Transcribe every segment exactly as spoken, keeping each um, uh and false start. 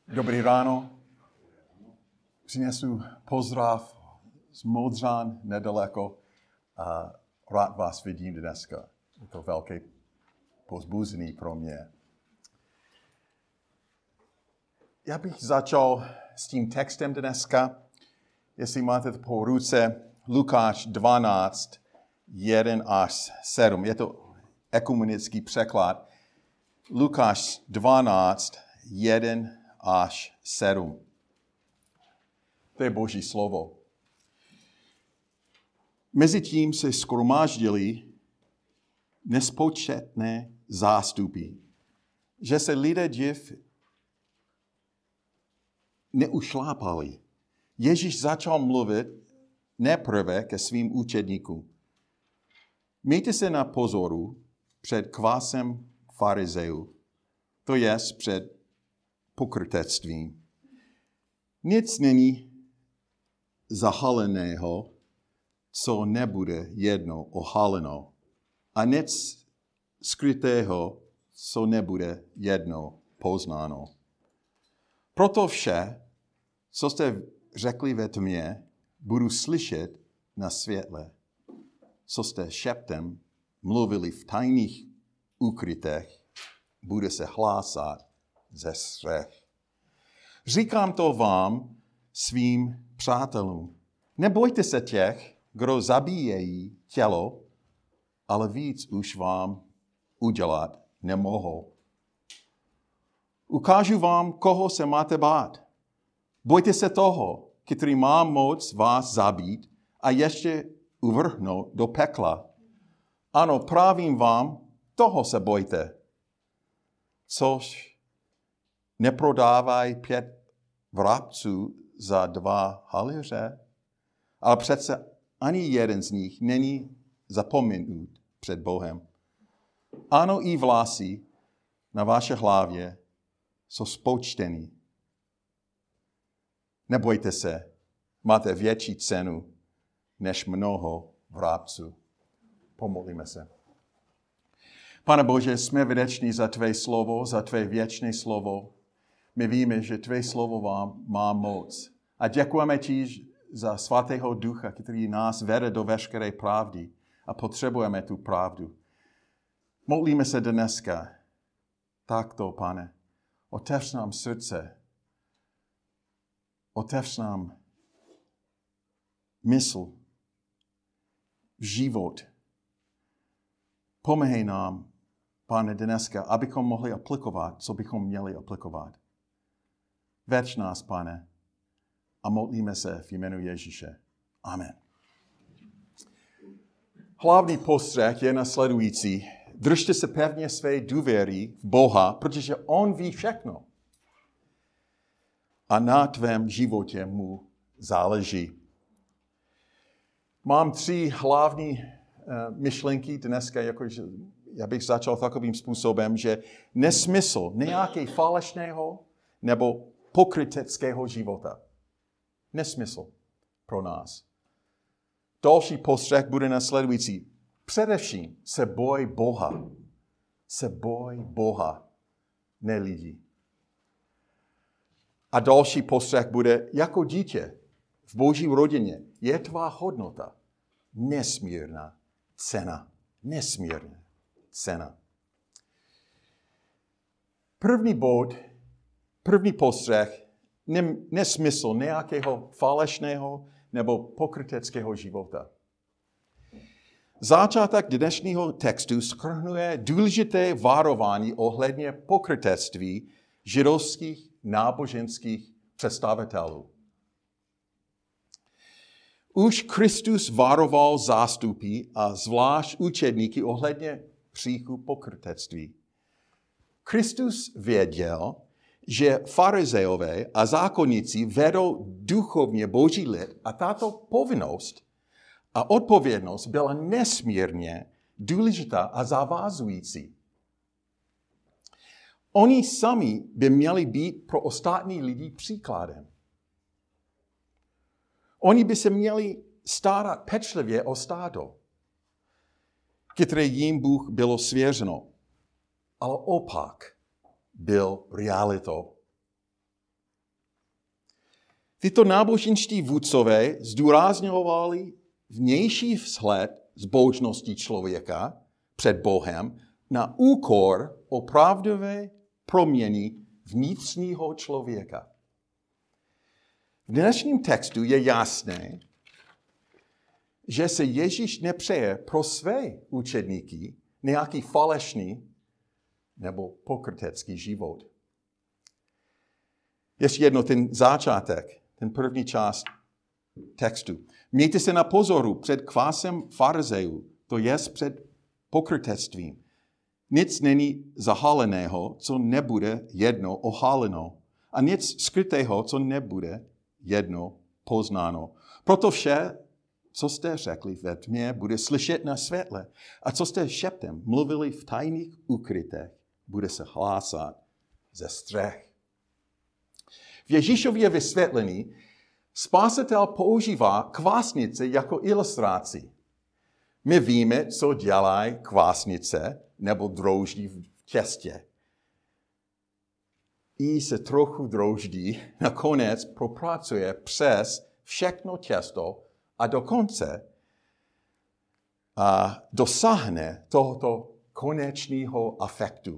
Dobrý ráno. Přinesu pozdrav z Modřan nedaleko a rád vás vidím dneska. Je to velké povzbuzení pro mě. Já bych začal s tím textem dneska. Jestli máte to po ruce, Lukáš dvanáct, jedna až sedm. Je to ekumenický překlad. Lukáš dvanáct, jedna až sedm. To je Boží slovo. Mezitím se shromáždili nespočetné zástupy, že se lidé div neušlápali. Ježíš začal mluvit nejprve ke svým učedníkům. Mějte se na pozoru před kvásem farizeů, to jest před pokrytectvím. Nic není zahaleného, co nebude jednou ohaleno, a nic skrytého, co nebude jednou poznáno. Proto vše, co jste řekli ve tmě, budu slyšet na světle. Co jste šeptem mluvili v tajných úkrytech, bude se hlásat ze střech. Říkám to vám, svým přátelům. Nebojte se těch, kdo zabíjejí tělo, ale víc už vám udělat nemohou. Ukážu vám, koho se máte bát. Bojte se toho, který má moc vás zabít a ještě uvrhnout do pekla. Ano, pravím vám, toho se bojte. Což neprodávají pět vrabců za dva haléře, ale přece ani jeden z nich není zapomenut před Bohem. Ano, i vlasy na vaše hlavě jsou spočteny. Nebojte se, máte větší cenu než mnoho vrabců. Pomodlíme se. Pane Bože, jsme vděční za Tvé slovo, za Tvé věčné slovo. My víme, že Tvé slovo vám má moc. A děkujeme Ti za svatého ducha, který nás vede do veškeré pravdy. A potřebujeme tu pravdu. Modlíme se dneska. Takto, Pane. Otevř nám srdce. Otevř nám mysl, život. Pomáhej nám, Pane, dneska, abychom mohli aplikovat, co bychom měli aplikovat. Veď nás, Pane, a modlíme se v jménu Ježíše. Amen. Hlavní postřeh je nasledující. Držte se pevně své důvěry v Boha, protože On ví všechno. A na tvém životě mu záleží. Mám tři hlavní uh, myšlenky dneska, jakože já bych začal takovým způsobem, že nesmysl nějaké falešného nebo pokryteckého života. Nesmysl pro nás. Další postřeh bude následující. Především se boj Boha. Se boj Boha, ne lidí. A další postřeh bude, jako dítě v Boží rodině je tvá hodnota nesmírná cena. Nesmírná cena. První bod, první postřeh, nesmysl nějakého falešného nebo pokryteckého života. Začátek dnešního textu shrnuje důležité varování ohledně pokrytectví židovských náboženských představitelů. Už Kristus varoval zástupy a zvlášť učedníky ohledně příchu pokrytectví. Kristus věděl, že farizeové a zákonníci vedou duchovně Boží lid a tato povinnost a odpovědnost byla nesmírně důležitá a zavazující. Oni sami by měli být pro ostatní lidi příkladem. Oni by se měli starat pečlivě o stádo, které jim Bůh bylo svěřeno. Ale opak byl realitou. Tyto náboženští vůdcové zdůrazňovali vnější vzhled zbožnosti člověka před Bohem na úkor opravdové proměny vnitřního člověka. V dnešním textu je jasné, že se Ježíš nepřeje pro své učedníky nějaký falešný nebo pokrytecký život. Ještě jedno ten začátek, ten první část textu. Mějte se na pozoru před kvásem farizejů, to jest před pokrytectvím. Nic není zahaleného, co nebude jedno oháleno, a nic skrytého, co nebude jedno poznáno. Proto vše, co jste řekli ve tmě, bude slyšet na světle. A co jste šeptem mluvili v tajných ukrytech, bude se hlásat ze střech. V Ježíšově vysvětlení Spasitel používá kvásnice jako ilustraci. My víme, co dělají kvásnice nebo droždí v těstě. I se trochu droždí nakonec propracuje přes všechno těsto a dokonce a dosáhne tohoto konečného afektu.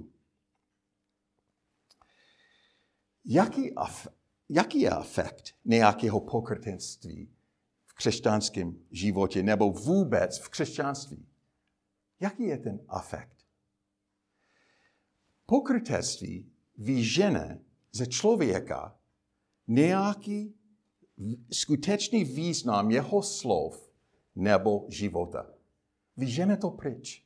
Jaký, af, jaký je afekt nějakého pokrytectví v křesťanském životě nebo vůbec v křesťanství? Jaký je ten afekt? Pokrytectví vyžene ze člověka nějaký skutečný význam jeho slov nebo života. Vyžene to pryč.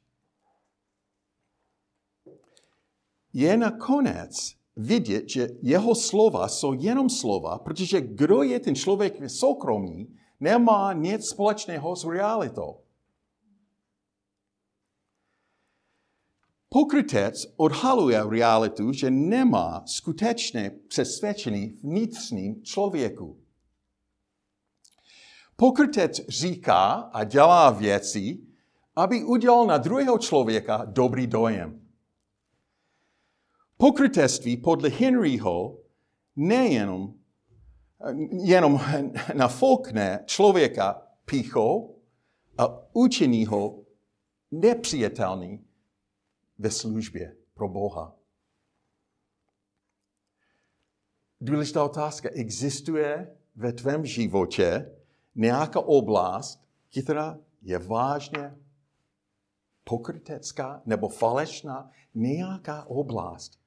Je nakonec vidět, že jeho slova jsou jenom slova, protože kdo je ten člověk soukromý, nemá nic společného s realitou. Pokrytec odhaluje realitu, že nemá skutečné přesvědčení vnitřním člověku. Pokrytec říká a dělá věci, aby udělal na druhého člověka dobrý dojem. Pokrytectví podle Henryho nejenom jenom nafoukne člověka pýchou a učiní ho nepřijatelný ve službě pro Boha. Důležitá otázka. Existuje ve tvém životě nějaká oblast, která je vážně pokrytecká nebo falešná? Nějaká oblast.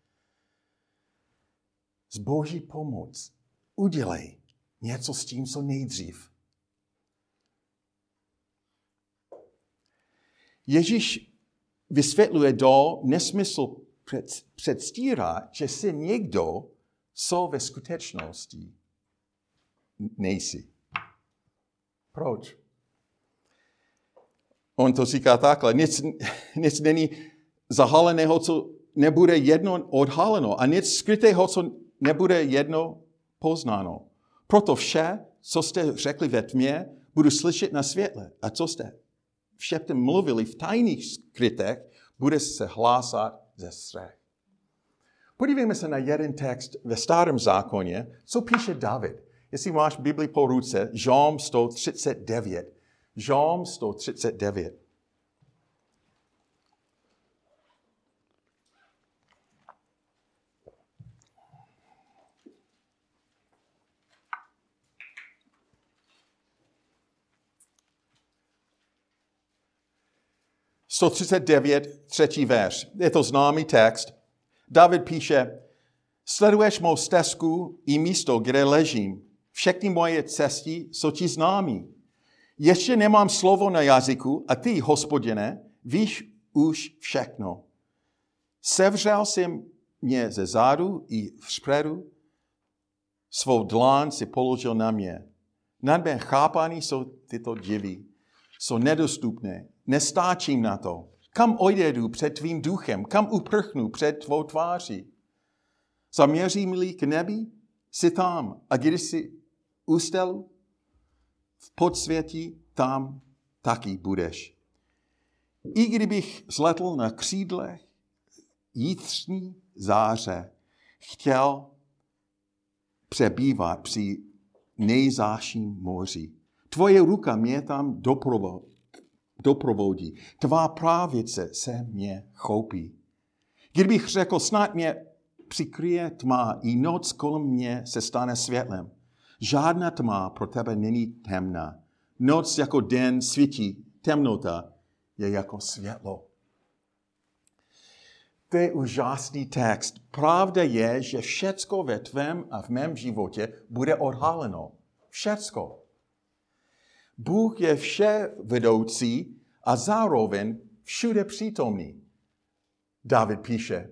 S Boží pomoc udělej něco s tím, co nejdřív. Ježíš vysvětluje do nesmysl předstírá, že jsi někdo, co ve skutečnosti nejsi. Proč? On to říká takhle. Nic, nic není zahaleného, co nebude jedno odhaleno, a nic skrytého, co nebude jedno poznáno. Proto vše, co jste řekli ve tmě, budu slyšet na světle. A co jste všem mluvili v tajných skrytech, bude se hlásat ze střech. Podívejme se na jeden text ve Starém zákoně, co píše David. Jestli máš Bibli po ruce, Žalm sto třicet devět. Žalm sto třicet devět. sto třicet devět, třetí verš. Je to známý text. David píše, sleduješ mou stezku i místo, kde ležím. Všechny moje cesty jsou ti známí. Ještě nemám slovo na jazyku a ty, Hospodine, víš už všechno. Sevřel jsem mě ze zádu i vpředu, svou dláň si položil na mě. Nad mé chápání jsou tyto divy, jsou nedostupné. Nestáčím na to. Kam odjedu před tvým duchem? Kam uprchnu před tvou tváří? Zaměřím-li k nebi? Jsi tam. A když jsi u stelu? V podsvětí tam taky budeš. I kdybych zletl na křídlech jitřní záře, chtěl přebývat při nejzáším moři. Tvoje ruka mě tam doprovo, doprovodí. Tvá pravice se mě chopí. Kdybych řekl, snad mě přikryje tma, i noc kolem mě se stane světlem. Žádná tma pro tebe není temná. Noc jako den svítí, temnota je jako světlo. To je úžasný text. Pravda je, že všecko ve tvém a v mém životě bude odhaleno. Všecko. Bůh je vše vedoucí a zároveň všude přítomný. David píše.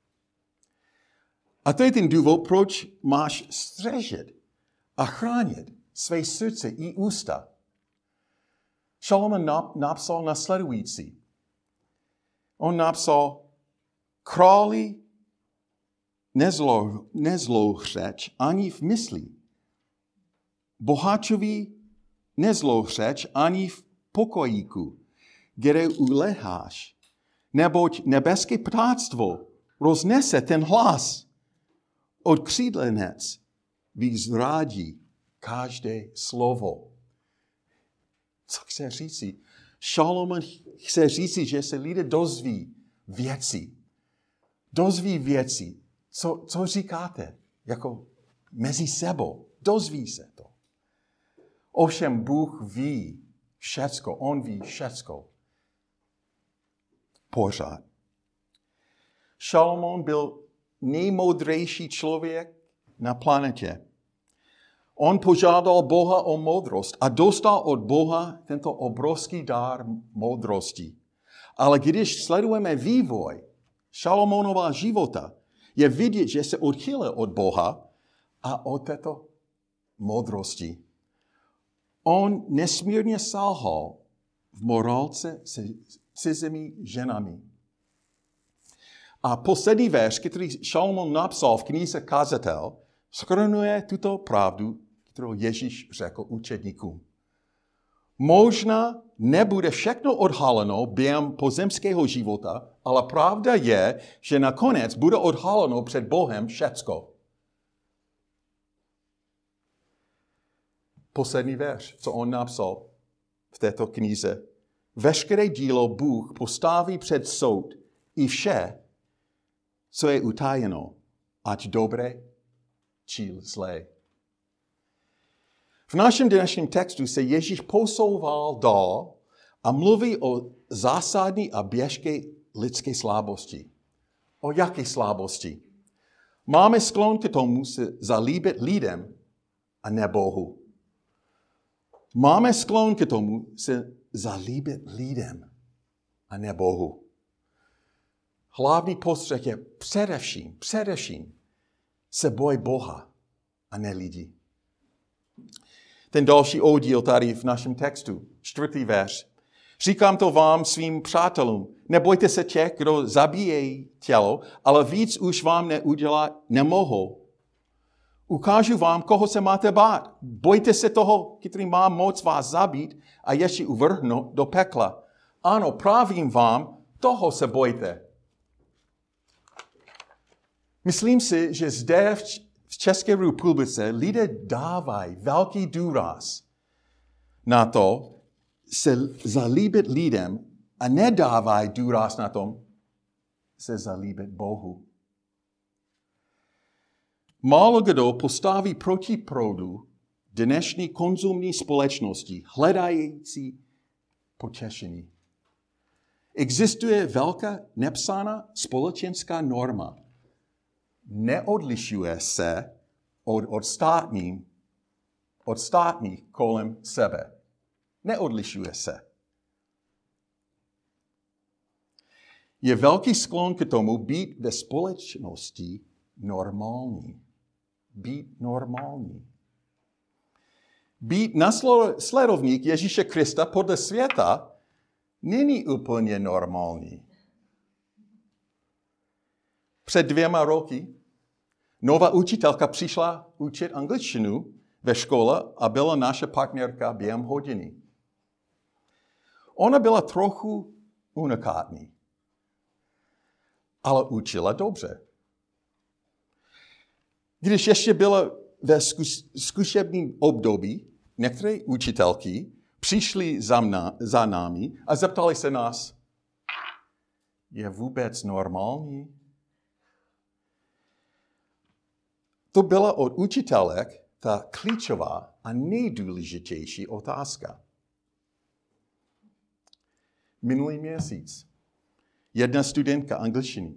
A to je ten důvod, proč máš střežit a chránit své srdce i ústa. Šalomon napsal následující. On napsal, králi nezlo, nezlohřeč ani v mysli. Boháčovi nezlohřeč ani v pokojíku, kde uleháš. Neboť nebeské ptáctvo roznese ten hlas. Odkřídlenec vyzrádí každé slovo. Co chce říci? Šalomon chce říci, že se lidé dozví věci. Dozví věci. Co, co říkáte? Jako mezi sebou. Dozví se to. Ovšem Bůh ví všecko. On ví všecko. Pořád. Šalomon byl nejmoudřejší člověk na planetě. On požádal Boha o moudrost a dostal od Boha tento obrovský dar moudrosti. Ale když sledujeme vývoj Šalomonova života, je vidět, že se odchýlil od Boha a od této moudrosti. On nesmírně selhal v morálce se cizími ženami. A poslední verš, který Šalomon napsal v knize Kazatel, shrnuje tuto pravdu, kterou Ježíš řekl učedníkům. Možná nebude všechno odhaleno během pozemského života, ale pravda je, že nakonec bude odhaleno před Bohem všecko. Poslední verš, co on napsal v této knize. Veškeré dílo Bůh postaví před soud i vše, co je utajeno, ať dobré, či zlé. V našem dnešním textu se Ježíš posouval dál a mluví o zásadní a běžké lidské slabosti. O jaké slabosti? Máme sklon k tomu se zalíbit lidem a ne Bohu. Máme sklon k tomu se zalíbit lidem a ne Bohu. Hlavní postřeh je především, především se boj Boha a ne lidí. Ten další oddíl tady v našem textu, čtvrtý verš. Říkám to vám, svým přátelům, nebojte se těch, kdo zabíjejí tělo, ale víc už vám neudělat nemohou. Ukážu vám, koho se máte bát. Bojte se toho, který má moc vás zabít a ještě uvrhnout do pekla. Ano, pravím vám, toho se bojte. Myslím si, že zde v České republice lidé dávají velký důraz na to se zalíbit lidem a nedávají důraz na tom se zalíbit Bohu. Málo kdo postaví proti proudu dnešní konzumní společnosti, hledající potěšení. Existuje velká nepsaná společenská norma. Neodlišuje se od, od, státní, od státních kolem sebe. Neodlišuje se. Je velký sklon k tomu být ve společnosti normální. Být normální. Být následovník Ježíše Krista podle světa není úplně normální. Před dvěma roky nová učitelka přišla učit angličtinu ve škole a byla naše partnerka během hodiny. Ona byla trochu unikátní, ale učila dobře. Když ještě byla ve zkus, zkušebním období některé učitelky přišli za, mna, za námi a zeptali se nás, je vůbec normální? To byla od učitelek ta klíčová a nejdůležitější otázka. Minulý měsíc jedna studentka angličtiny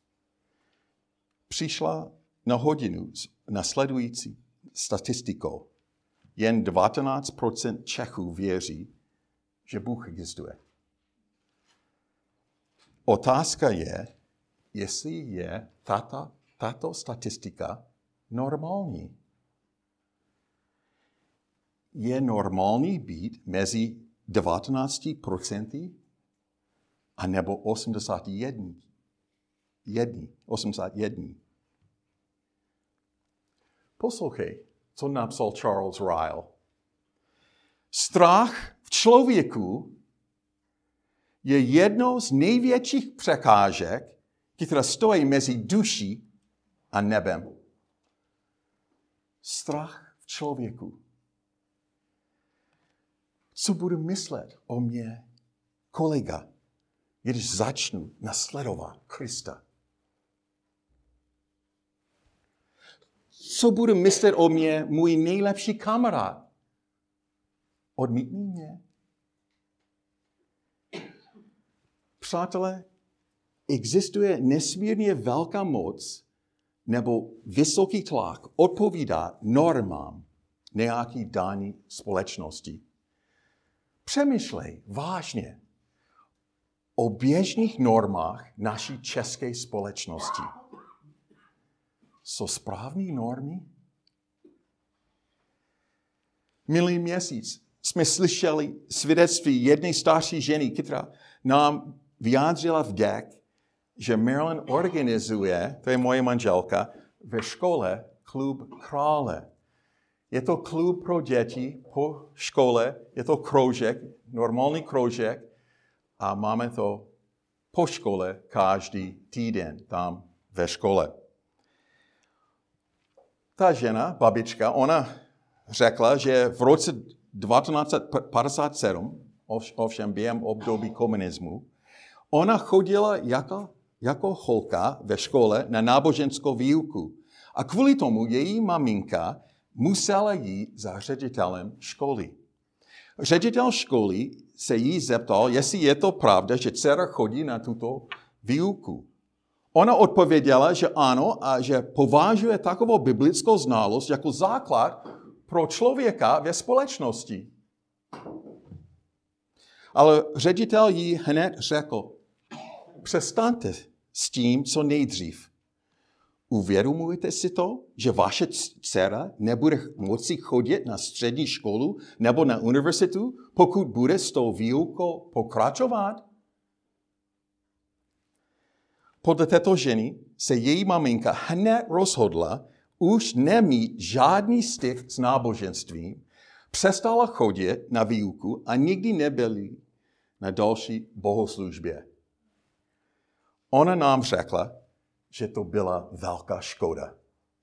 přišla na hodinu s nasledující statistikou. Jen devatenáct procent Čechů věří, že Bůh existuje. Otázka je, jestli je tato, tato statistika normální. Je normální být mezi devatenácti procenty a nebo osmdesát jedna. Jedni, osmdesát jedna. Poslouchej, co napsal Charles Ryle. Strach v člověku je jednou z největších překážek, které stojí mezi duší a nebem. Strach v člověku. Co budu myslet o mě kolega, když začnu nasledovat Krista? Co budu myslet o mě můj nejlepší kamarád? Odmítni mě. Přátelé, existuje nesmírně velká moc nebo vysoký tlak odpovídat normám nějaký dané společnosti. Přemýšlej vážně o běžných normách naší české společnosti. Jsou správné normy? Minulý měsíc jsme slyšeli svědectví jedné starší ženy, která nám vyjádřila vděk, že Marilyn organizuje, to je moje manželka, ve škole klub krále. Je to klub pro děti po škole, je to kroužek, normální kroužek a máme to po škole každý týden tam ve škole. Ta žena, babička, ona řekla, že v roce devatenáct set padesát sedm, ovšem během období komunismu, ona chodila jako, jako holka ve škole na náboženskou výuku. A kvůli tomu její maminka musela jít za ředitelem školy. Ředitel školy se jí zeptal, jestli je to pravda, že dcera chodí na tuto výuku. Ona odpověděla, že ano a že považuje takovou biblickou znalost jako základ pro člověka ve společnosti. Ale ředitel jí hned řekl, přestaňte s tím, co nejdřív. Uvědomujete si to, že vaše dcera nebude moci chodit na střední školu nebo na univerzitu, pokud bude s tou výukou pokračovat? Podle této ženy se její maminka hned rozhodla už nemít žádný styk s náboženstvím, přestala chodit na výuku a nikdy nebyli na další bohoslužbě. Ona nám řekla, že to byla velká škoda.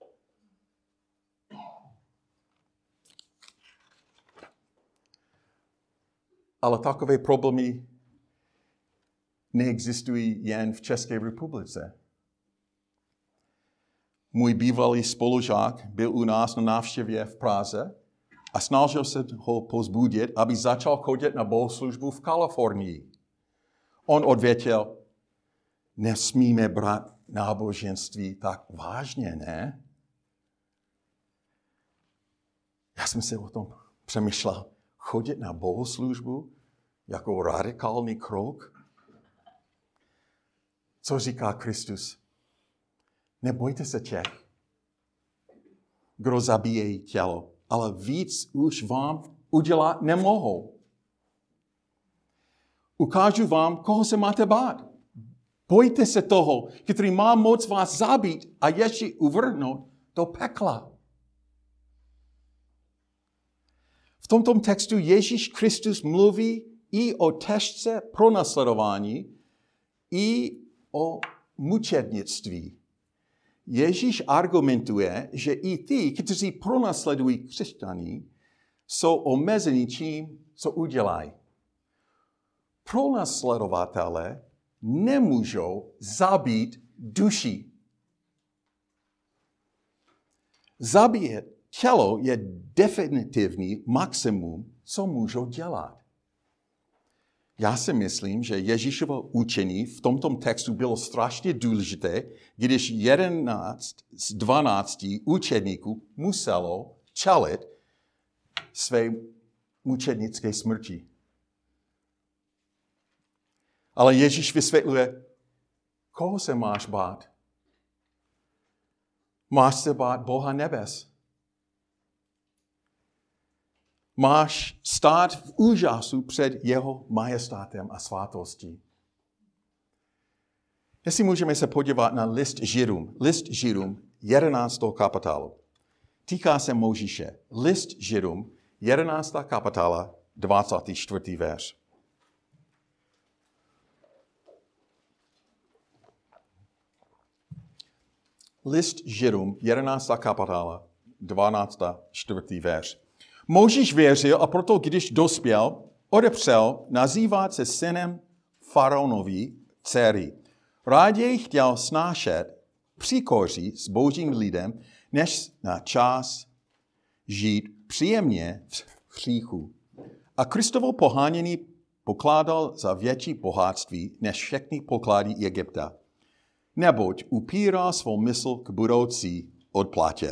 Ale takové problémy neexistují jen v České republice. Můj bývalý spolužák byl u nás na návštěvě v Praze a snažil se ho pozbudit, aby začal chodit na bohoslužbu v Kalifornii. On odvětil, nesmíme brát náboženství tak vážně, ne? Já jsem si o tom přemýšlel. Chodit na bohoslužbu jako radikální krok? Co říká Kristus? Nebojte se těch, kdo zabíjejí tělo, ale víc už vám udělat nemohou. Ukážu vám, koho se máte bát. Bojte se toho, který má moc vás zabít a ještě uvrhnout do pekla. V tomto textu Ježíš Kristus mluví i o těžce pronásledování, i o mučednictví. Ježíš argumentuje, že i ty, kteří pronásledují křesťany, jsou omezeni tím, co udělají. Pronásledovatelé nemůžou zabít duši. Zabíjet tělo je definitivní maximum, co můžou dělat. Já si myslím, že Ježíšovo učení v tomto textu bylo strašně důležité, když jedenáct z dvanácti učedníků muselo čelit své mučednické smrti. Ale Ježíš vysvětluje, koho se máš bát? Máš se bát Boha nebes. Máš stát v úžasu před jeho majestátem a svátostí. Jestli můžeme se podívat na list Židům. List Židům, jedenáctou kapitolu. Týká se Mojžíše. List Židům, jedenáctá kapitola, dvacátý čtvrtý verš. List Židům, jedenáctá kapitola, dvacátý čtvrtý verš. Mojžíš věřil a proto, když dospěl, odepřel nazývat se synem faraonovi dcery. Raději chtěl snášet příkoří s božím lidem, než na čas žít příjemně v hříchu. A Kristovo pohánění pokládal za větší bohatství než všechny poklady Egypta. Neboť upírá svou mysl k budoucí odplatě.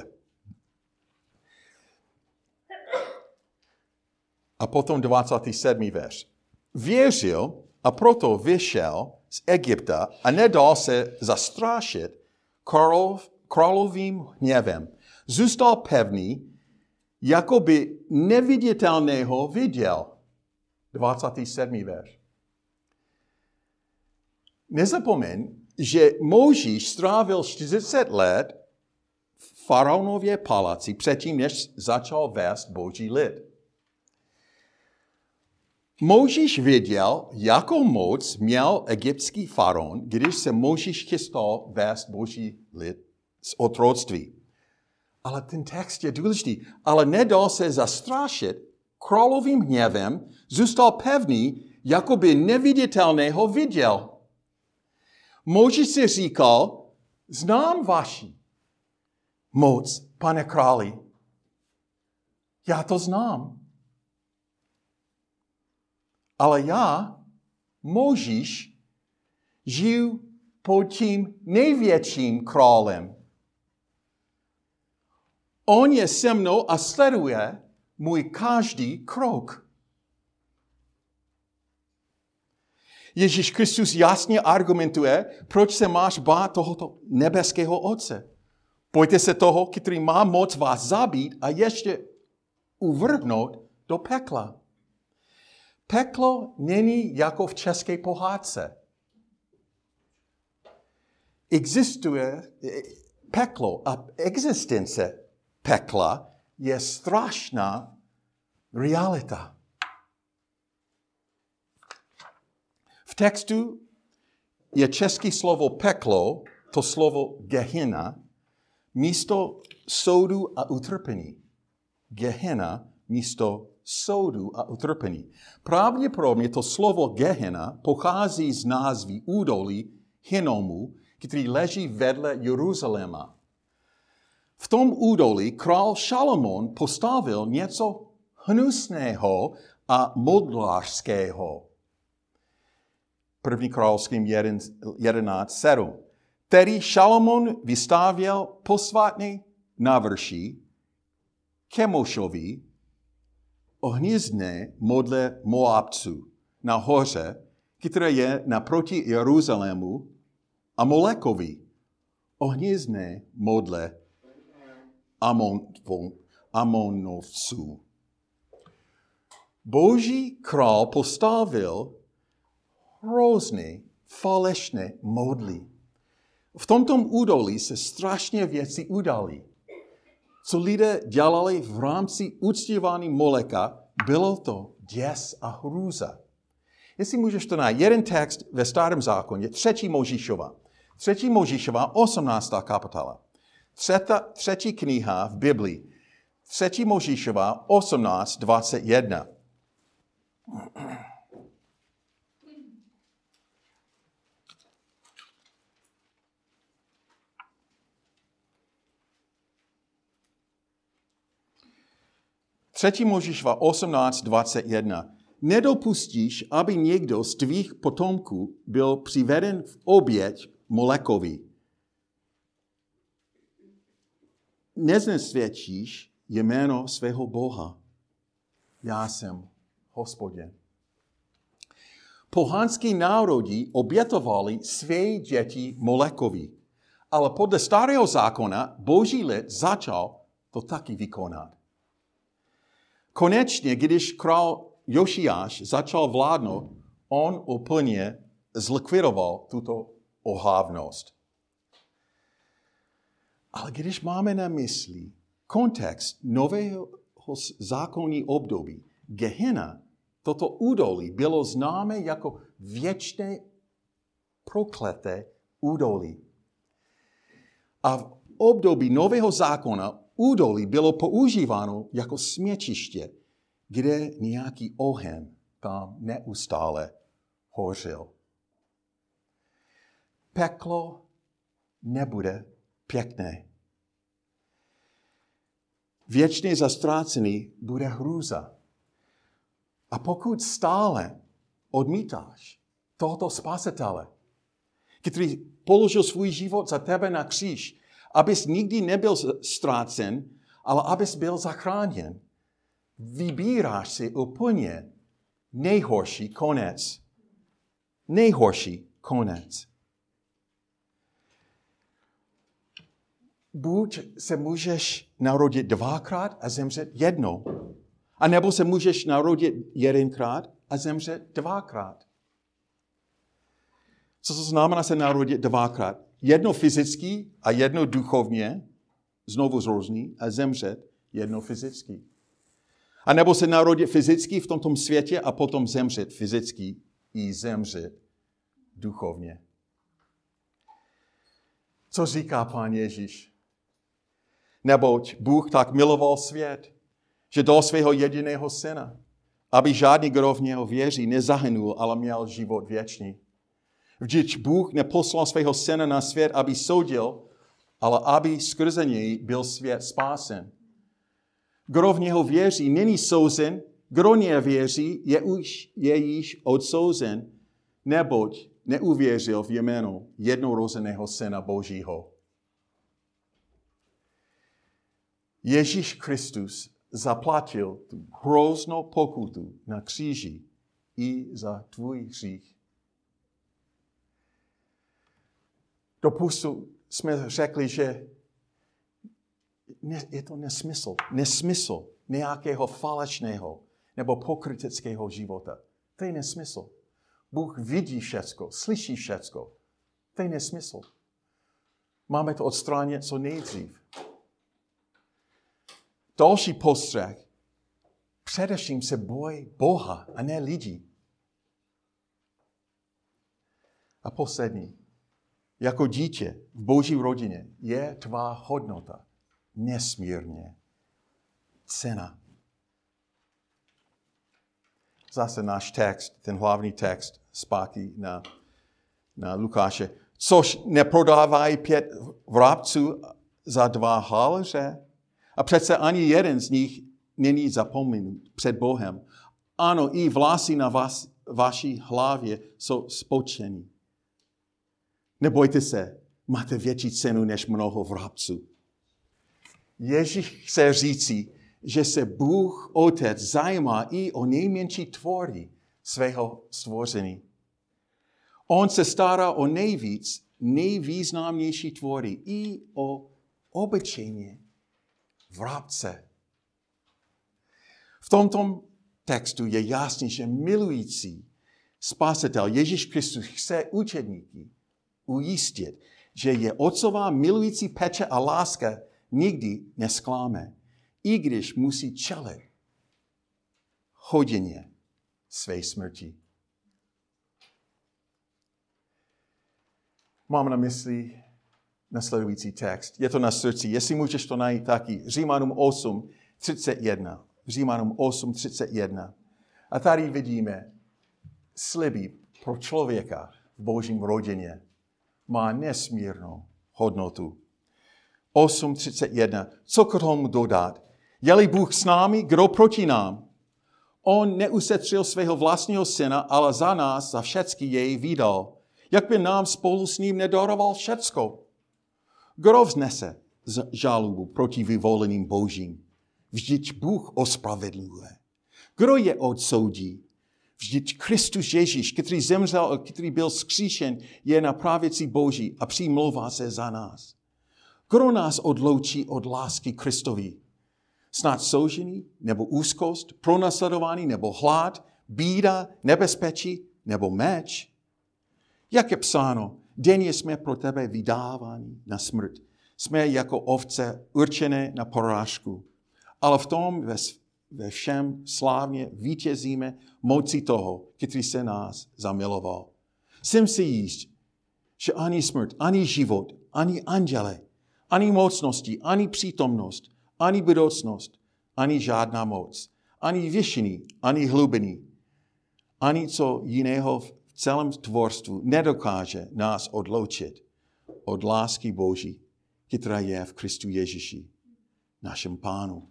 A potom dvacátý sedmý verš. Věřil a proto vyšel z Egypta a nedal se zastrašit králov, královým hněvem. Zůstal pevný, jako by neviditelného viděl. dvacátý sedmý verš. Nezapomeň, že Mojžíš strávil čtyřicet let v faraonově paláci předtím, než začal vést boží lid. Mojžíš věděl, jakou moc měl egyptský faraon, když se Mojžíš chystal vést boží lid z otroctví. Ale ten text je důležitý. Ale nedal se zastrašit královým hněvem, zůstal pevný, jako by neviditelného viděl. Mojžíš si říkal, znám vaši moc, pane králi. Já to znám. Ale já, Mojžíš, žiju pod tím největším králem. On je se mnou a sleduje můj každý krok. Ježíš Kristus jasně argumentuje, proč se máš bát tohoto nebeského Otce. Bojte se toho, který má moc vás zabít a ještě uvrhnout do pekla. Peklo není jako v české pohádce. Existuje peklo a existence pekla je strašná realita. V textu je české slovo peklo, to slovo Gehenna, místo soudu a utrpení. Gehenna místo soudu a utrpení. Pravděpodobně to slovo Gehenna pochází z názvy údolí Hinnomu, který leží vedle Jeruzaléma. V tom údolí král Šalomón postavil něco hnusného a modlářského. První královským jedenáct sedm. Tedy Šalomón vystavěl posvátný návrší Kemošovi ohnízdné modle Moabců na hoře, které je naproti Jeruzalému, a Molekovi ohnízdné modle Amonovců. Boží král postavil hrozné, falešné modly. V tomto údolí se strašně věci udály. Co lidé dělali v rámci uctívání Moleka, bylo to děs a hrůza. Jestli můžeš to najít, jeden text ve Starém zákoně, třetí Mojžíšova. Třetí Mojžíšova, osmnáctá kapitola. Třeta, třetí kniha v Biblii. Třetí Mojžíšova osmnáct dvacet jedna. Třetí Mojžíšova osmnáct dvacet jedna. Nedopustíš, aby někdo z tvých potomků byl přiveden v oběť Molekovi. Neznesvědčíš jméno svého Boha. Já jsem Hospodin. Pohanský národy obětovali své děti Molekovi, ale podle starého zákona Boží lid začal to taky vykonat. Konečně, když král Jošiáš začal vládnout, on úplně zlikvidoval tuto ohavnost. Ale když máme na mysli kontext nového zákonní období, Gehenna, toto údolí bylo známé jako věčné prokleté údolí. A v období nového zákona údolí bylo používáno jako směčiště, kde nějaký oheň tam neustále hořil. Peklo nebude pěkné. Věčně zastrácený bude hrůza. A pokud stále odmítáš tohoto spasitele, který položil svůj život za tebe na kříž, abys nikdy nebyl ztrácen, ale abys byl zachráněn, vybíráš si úplně nejhorší konec. Nejhorší konec. Buď se můžeš narodit dvakrát a zemřet jednou. A nebo se můžeš narodit jedenkrát a zemřet dvakrát. Co to znamená se narodit dvakrát? Jedno fyzicky a jedno duchovně, znovu zrození a zemřet jedno fyzicky. A nebo se narodit fyzicky v tomto světě a potom zemřet fyzicky i zemřet duchovně. Co říká Pán Ježíš? Neboť Bůh tak miloval svět, že dal svého jediného syna, aby žádný, kdo v něho věří, nezahynul, ale měl život věčný. Vždyť Bůh neposlal svého syna na svět, aby soudil, ale aby skrze něj byl svět spásen. Kdo v něho věří, není souzen, kdo nevěří, je, už, je již odsouzen, neboť neuvěřil v jméno jednorozeného syna Božího. Ježíš Kristus zaplatil tu hroznou pokutu na kříži i za tvůj hřích. Doposud jsme řekli, že je to nesmysl. Nesmysl nějakého falešného nebo pokryteckého života. To je nesmysl. Bůh vidí všecko, slyší všecko. To je nesmysl. Máme to odstranit co nejdřív. Další postřeh. Především se boj Boha a ne lidí. A poslední. Jako dítě v Boží rodině je tvá hodnota nesmírně cenná. Zase náš text, ten hlavní text, zpátky na, na Lukáše. Což neprodávají pět vrabců za dva haléře? A přece ani jeden z nich není zapomenut před Bohem. Ano, i vlasy na vás, vaší hlavě jsou spočení. Nebojte se, máte větší cenu než mnoho vrabců. Ježíš chce říci, že se Bůh Otec zajímá i o nejmenší tvory svého stvoření. On se stará o nejvíc, nejvýznamnější tvory i o obyčejně vrabce. V tomto textu je jasný, že milující spasitel Ježíš Kristus chce učedníky ujistit, že je otcová milující péče a láska nikdy nesklame, i když musí čelit hodině své smrti. Mám na mysli nasledující text. Je to na srdci. Jestli můžeš to najít taky. Římanům osm třicet jedna. Římanům osm třicet jedna. A tady vidíme sliby pro člověka v Božím rodině. Má nesmírnou hodnotu. osm třicet jedna. Co k tomu dodat? Je-li Bůh s námi, kdo proti nám? On neusetřil svého vlastního syna, ale za nás, za všecky jej vydal. Jak by nám spolu s ním nedaroval všecko? Kdo vznese žalobu proti vyvoleným Božím? Vždyť Bůh ospravedlňuje. Kdo je odsoudí? Vždyť Kristus Ježíš, který zemřel a který byl vzkříšen, je na pravici Boží a přimlouvá se za nás. Kdo nás odloučí od lásky Kristovi? Snad soužení, nebo úzkost, pronásledování, nebo hlad, bída, nebezpečí, nebo meč? Jak je psáno, denně jsme pro tebe vydáváni na smrt. Jsme jako ovce určené na porážku. Ale v tom ve, ve všem slávně vítězíme moci toho, který se nás zamiloval. Jsem si jist, že ani smrt, ani život, ani anděle, ani mocnosti, ani přítomnost, ani budoucnost, ani žádná moc, ani věšiny, ani hlubiny, ani co jiného v celém tvorstvu nedokáže nás odloučit od lásky Boží, která je v Kristu Ježíši, našem Pánu.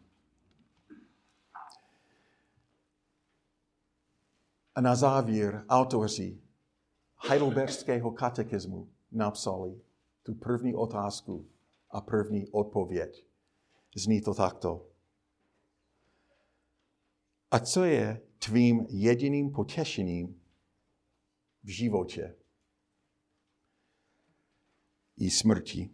A na závěr autoři Heidelbergského katechismu napsali tu první otázku a první odpověď. Zní to takto. A co je tvým jediným potěšením v životě i smrti?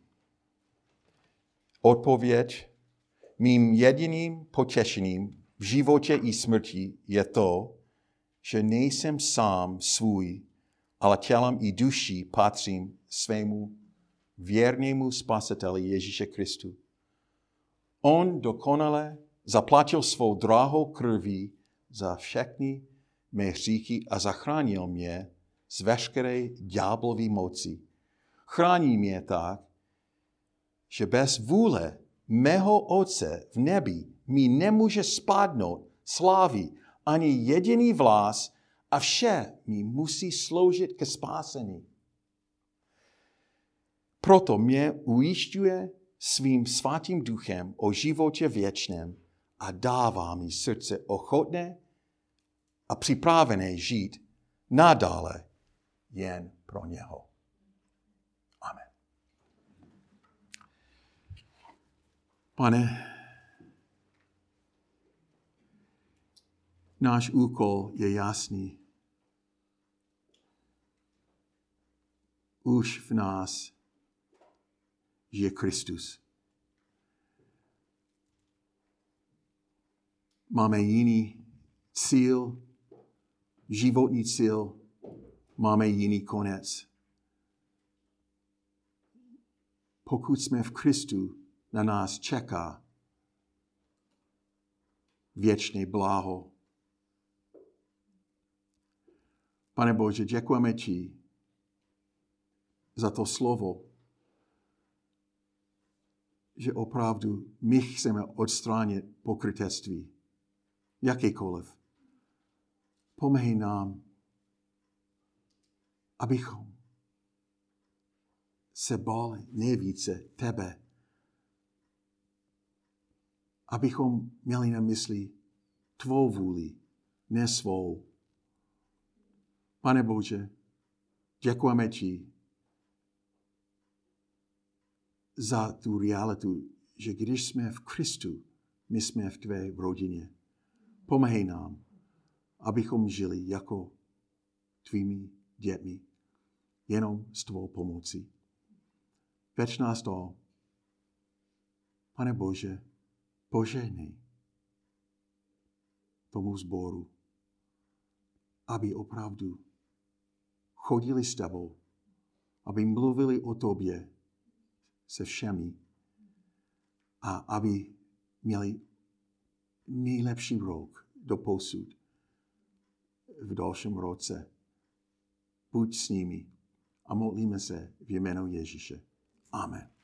Odpověď. Mým jediným potěšením v životě i smrti je to, že nejsem sám svůj, ale tělem i duší patřím svému věrnému spasiteli Ježíše Kristu. On dokonale zaplatil svou drahou krví za všechny mé hříchy a zachránil mě z veškeré ďáblovy moci. Chrání mě tak, že bez vůle mého Otce v nebi mi nemůže spadnout slávy ani jediný vlas a vše mi musí sloužit ke spásení. Proto mě ujišťuje svým svatým duchem o životě věčném a dává mi srdce ochotné a připravené žít nadále jen pro něho. Amen. Pane, náš úkol je jasný. Už v nás žije Kristus. Máme jiný cíl, životní cíl, máme jiný konec. Pokud jsme v Kristu, na nás čeká věčné bláho. Pane Bože, děkujeme ti za to slovo, že opravdu my chceme odstránit pokrytectví, jakékoliv. Pomáhej nám, abychom se báli nejvíce tebe. Abychom měli na mysli tvou vůli, ne svou. Pane Bože, děkujeme ti za tu realitu, že když jsme v Kristu, my jsme v tvé rodině. Pomáhej nám, abychom žili jako tvými dětmi, jenom s tvou pomocí. Veď nás to, Pane Bože, požehnej tomu sboru, aby opravdu chodili s tebou, aby mluvili o tobě se všemi a aby měli nejlepší rok doposud v dalším roce. Buď s nimi a modlíme se v jménu Ježíše. Amen.